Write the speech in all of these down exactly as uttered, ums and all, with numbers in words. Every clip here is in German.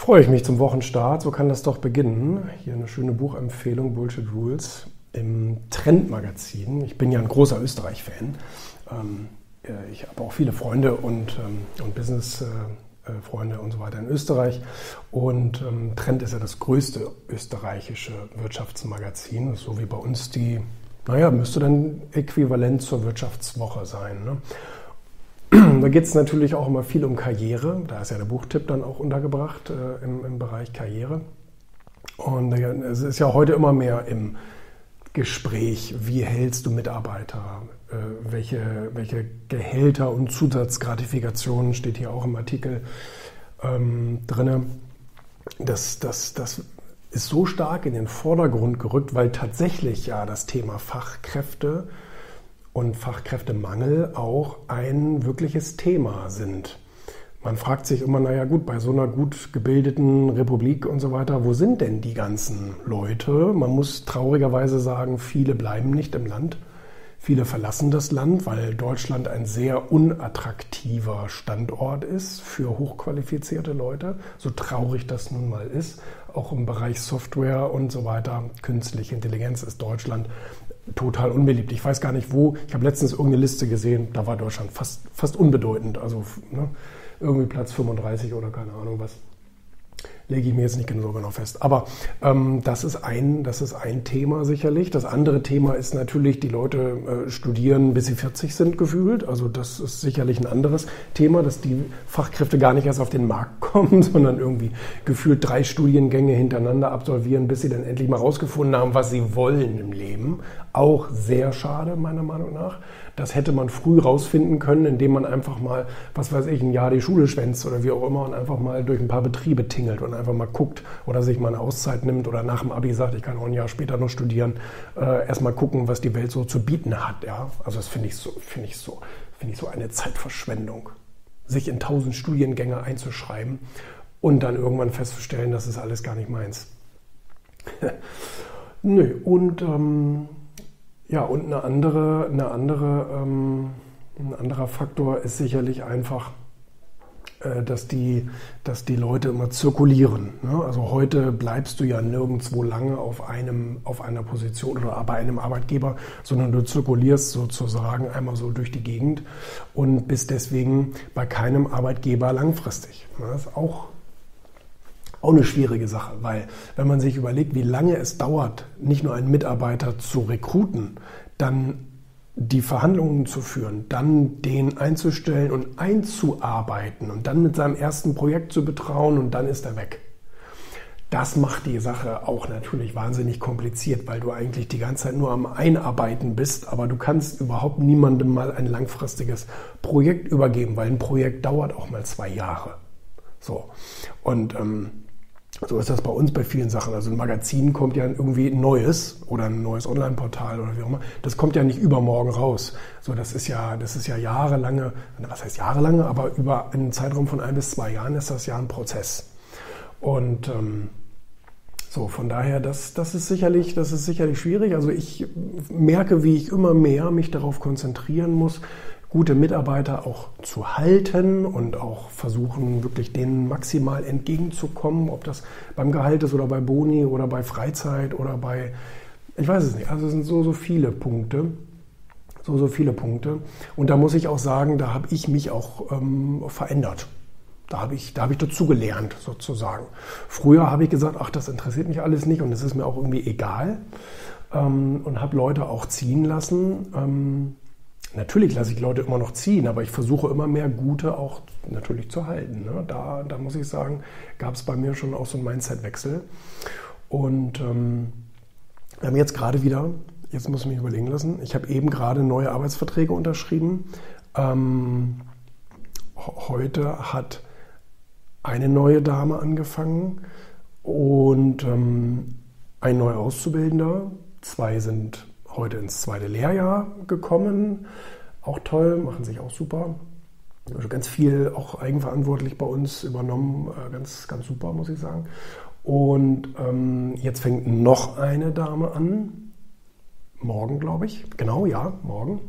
Freue ich mich zum Wochenstart, so kann das doch beginnen. Hier eine schöne Buchempfehlung, Bullshit Rules, im Trend-Magazin. Ich bin ja ein großer Österreich-Fan. Ich habe auch viele Freunde und, und Business-Freunde und so weiter in Österreich. Und Trend ist ja das größte österreichische Wirtschaftsmagazin, so wie bei uns die, naja, müsste dann äquivalent zur Wirtschaftswoche sein, ne? Da geht es natürlich auch immer viel um Karriere. Da ist ja der Buchtipp dann auch untergebracht äh, im, im Bereich Karriere. Und äh, es ist ja heute immer mehr im Gespräch, wie hältst du Mitarbeiter, äh, welche, welche Gehälter und Zusatzgratifikationen steht hier auch im Artikel ähm, drin. Das, das, das ist so stark in den Vordergrund gerückt, weil tatsächlich ja das Thema Fachkräfte und Fachkräftemangel auch ein wirkliches Thema sind. Man fragt sich immer, naja gut, bei so einer gut gebildeten Republik und so weiter, wo sind denn die ganzen Leute? Man muss traurigerweise sagen, viele bleiben nicht im Land. Viele verlassen das Land, weil Deutschland ein sehr unattraktiver Standort ist für hochqualifizierte Leute, so traurig das nun mal ist. Auch im Bereich Software und so weiter, künstliche Intelligenz ist Deutschland total unbeliebt. Ich weiß gar nicht wo. Ich habe letztens irgendeine Liste gesehen, da war Deutschland fast, fast unbedeutend. Also ne, irgendwie Platz fünfunddreißig oder keine Ahnung was. Lege ich mir jetzt nicht so genau fest. Aber ähm, das ist ein, das ist ein Thema sicherlich. Das andere Thema ist natürlich, die Leute äh, studieren, bis sie vierzig sind gefühlt. Also das ist sicherlich ein anderes Thema, dass die Fachkräfte gar nicht erst auf den Markt kommen, sondern irgendwie gefühlt drei Studiengänge hintereinander absolvieren, bis sie dann endlich mal rausgefunden haben, was sie wollen im Leben. Auch sehr schade, meiner Meinung nach. Das hätte man früh rausfinden können, indem man einfach mal, was weiß ich, ein Jahr die Schule schwänzt oder wie auch immer und einfach mal durch ein paar Betriebe tingelt und einfach mal guckt oder sich mal eine Auszeit nimmt oder nach dem Abi sagt, ich kann auch ein Jahr später noch studieren, äh, erstmal gucken, was die Welt so zu bieten hat. Ja? Also das finde ich so, finde ich so, finde ich so eine Zeitverschwendung, sich in tausend Studiengänge einzuschreiben und dann irgendwann festzustellen, das ist alles gar nicht meins. Nö, und ähm, ja, und eine andere, eine andere, ähm, ein anderer Faktor ist sicherlich einfach, äh, dass die, dass die Leute immer zirkulieren. Ne? Also heute bleibst du ja nirgendwo lange auf einem, auf einer Position oder bei einem Arbeitgeber, sondern du zirkulierst sozusagen einmal so durch die Gegend und bist deswegen bei keinem Arbeitgeber langfristig. Ne? Das ist auch Auch eine schwierige Sache, weil wenn man sich überlegt, wie lange es dauert, nicht nur einen Mitarbeiter zu rekruten, dann die Verhandlungen zu führen, dann den einzustellen und einzuarbeiten und dann mit seinem ersten Projekt zu betrauen und dann ist er weg. Das macht die Sache auch natürlich wahnsinnig kompliziert, weil du eigentlich die ganze Zeit nur am Einarbeiten bist, aber du kannst überhaupt niemandem mal ein langfristiges Projekt übergeben, weil ein Projekt dauert auch mal zwei Jahre. So, und ähm, so ist das bei uns bei vielen Sachen. Also ein Magazin kommt ja irgendwie Neues oder ein neues Online-Portal oder wie auch immer. Das kommt ja nicht übermorgen raus. So, das ist ja, das ist ja jahrelange, was heißt jahrelange, aber über einen Zeitraum von ein bis zwei Jahren ist das ja ein Prozess. Und ähm, so, von daher, das, das ist sicherlich, das ist sicherlich schwierig. Also ich merke, wie ich immer mehr mich darauf konzentrieren muss, gute Mitarbeiter auch zu halten und auch versuchen, wirklich denen maximal entgegenzukommen, ob das beim Gehalt ist oder bei Boni oder bei Freizeit oder bei, ich weiß es nicht, also es sind so, so viele Punkte, so, so viele Punkte. Und da muss ich auch sagen, da habe ich mich auch ähm, verändert. Da habe ich, da habe ich dazugelernt sozusagen. Früher habe ich gesagt, ach, das interessiert mich alles nicht und es ist mir auch irgendwie egal ähm, und habe Leute auch ziehen lassen. Ähm, Natürlich lasse ich Leute immer noch ziehen, aber ich versuche immer mehr Gute auch natürlich zu halten. Ne? Da, da muss ich sagen, gab es bei mir schon auch so einen Mindset-Wechsel. Und ähm, wir haben jetzt gerade wieder, jetzt muss ich mich überlegen lassen, ich habe eben gerade neue Arbeitsverträge unterschrieben. Ähm, heute hat eine neue Dame angefangen und ähm, ein neuer Auszubildender. Zwei sind heute ins zweite Lehrjahr gekommen. Auch toll, machen sich auch super. Also ganz viel auch eigenverantwortlich bei uns übernommen. Ganz, ganz super, muss ich sagen. Und ähm, jetzt fängt noch eine Dame an. Morgen, glaube ich. Genau, ja, morgen.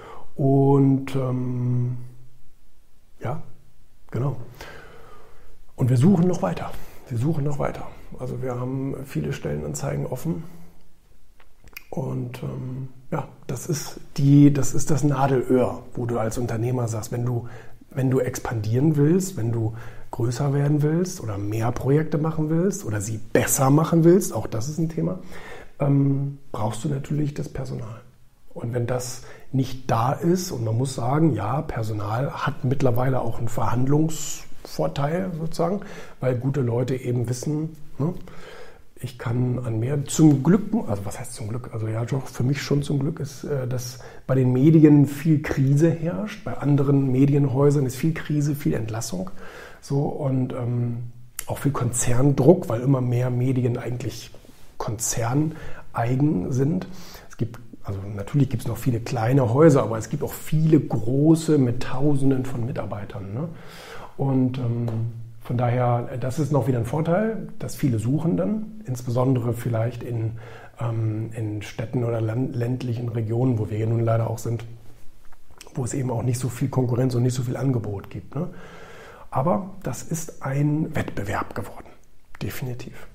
Und ähm, ja, genau. Und wir suchen noch weiter. Wir suchen noch weiter. Also wir haben viele Stellenanzeigen offen. Und ähm, ja, das ist, die, das ist das Nadelöhr, wo du als Unternehmer sagst, wenn du, wenn du expandieren willst, wenn du größer werden willst oder mehr Projekte machen willst oder sie besser machen willst, auch das ist ein Thema, ähm, brauchst du natürlich das Personal. Und wenn das nicht da ist, und man muss sagen, ja, Personal hat mittlerweile auch einen Verhandlungsvorteil sozusagen, weil gute Leute eben wissen, ne, ich kann an mehr, zum Glück, also was heißt zum Glück, also ja doch, für mich schon zum Glück ist, dass bei den Medien viel Krise herrscht, bei anderen Medienhäusern ist viel Krise, viel Entlassung, so, und ähm, auch viel Konzerndruck, weil immer mehr Medien eigentlich konzerneigen sind. Es gibt, also natürlich gibt es noch viele kleine Häuser, aber es gibt auch viele große mit Tausenden von Mitarbeitern, ne? Und ähm, von daher, das ist noch wieder ein Vorteil, dass viele suchen dann, insbesondere vielleicht in, ähm, in Städten oder land, ländlichen Regionen, wo wir ja nun leider auch sind, wo es eben auch nicht so viel Konkurrenz und nicht so viel Angebot gibt, ne? Aber das ist ein Wettbewerb geworden, definitiv.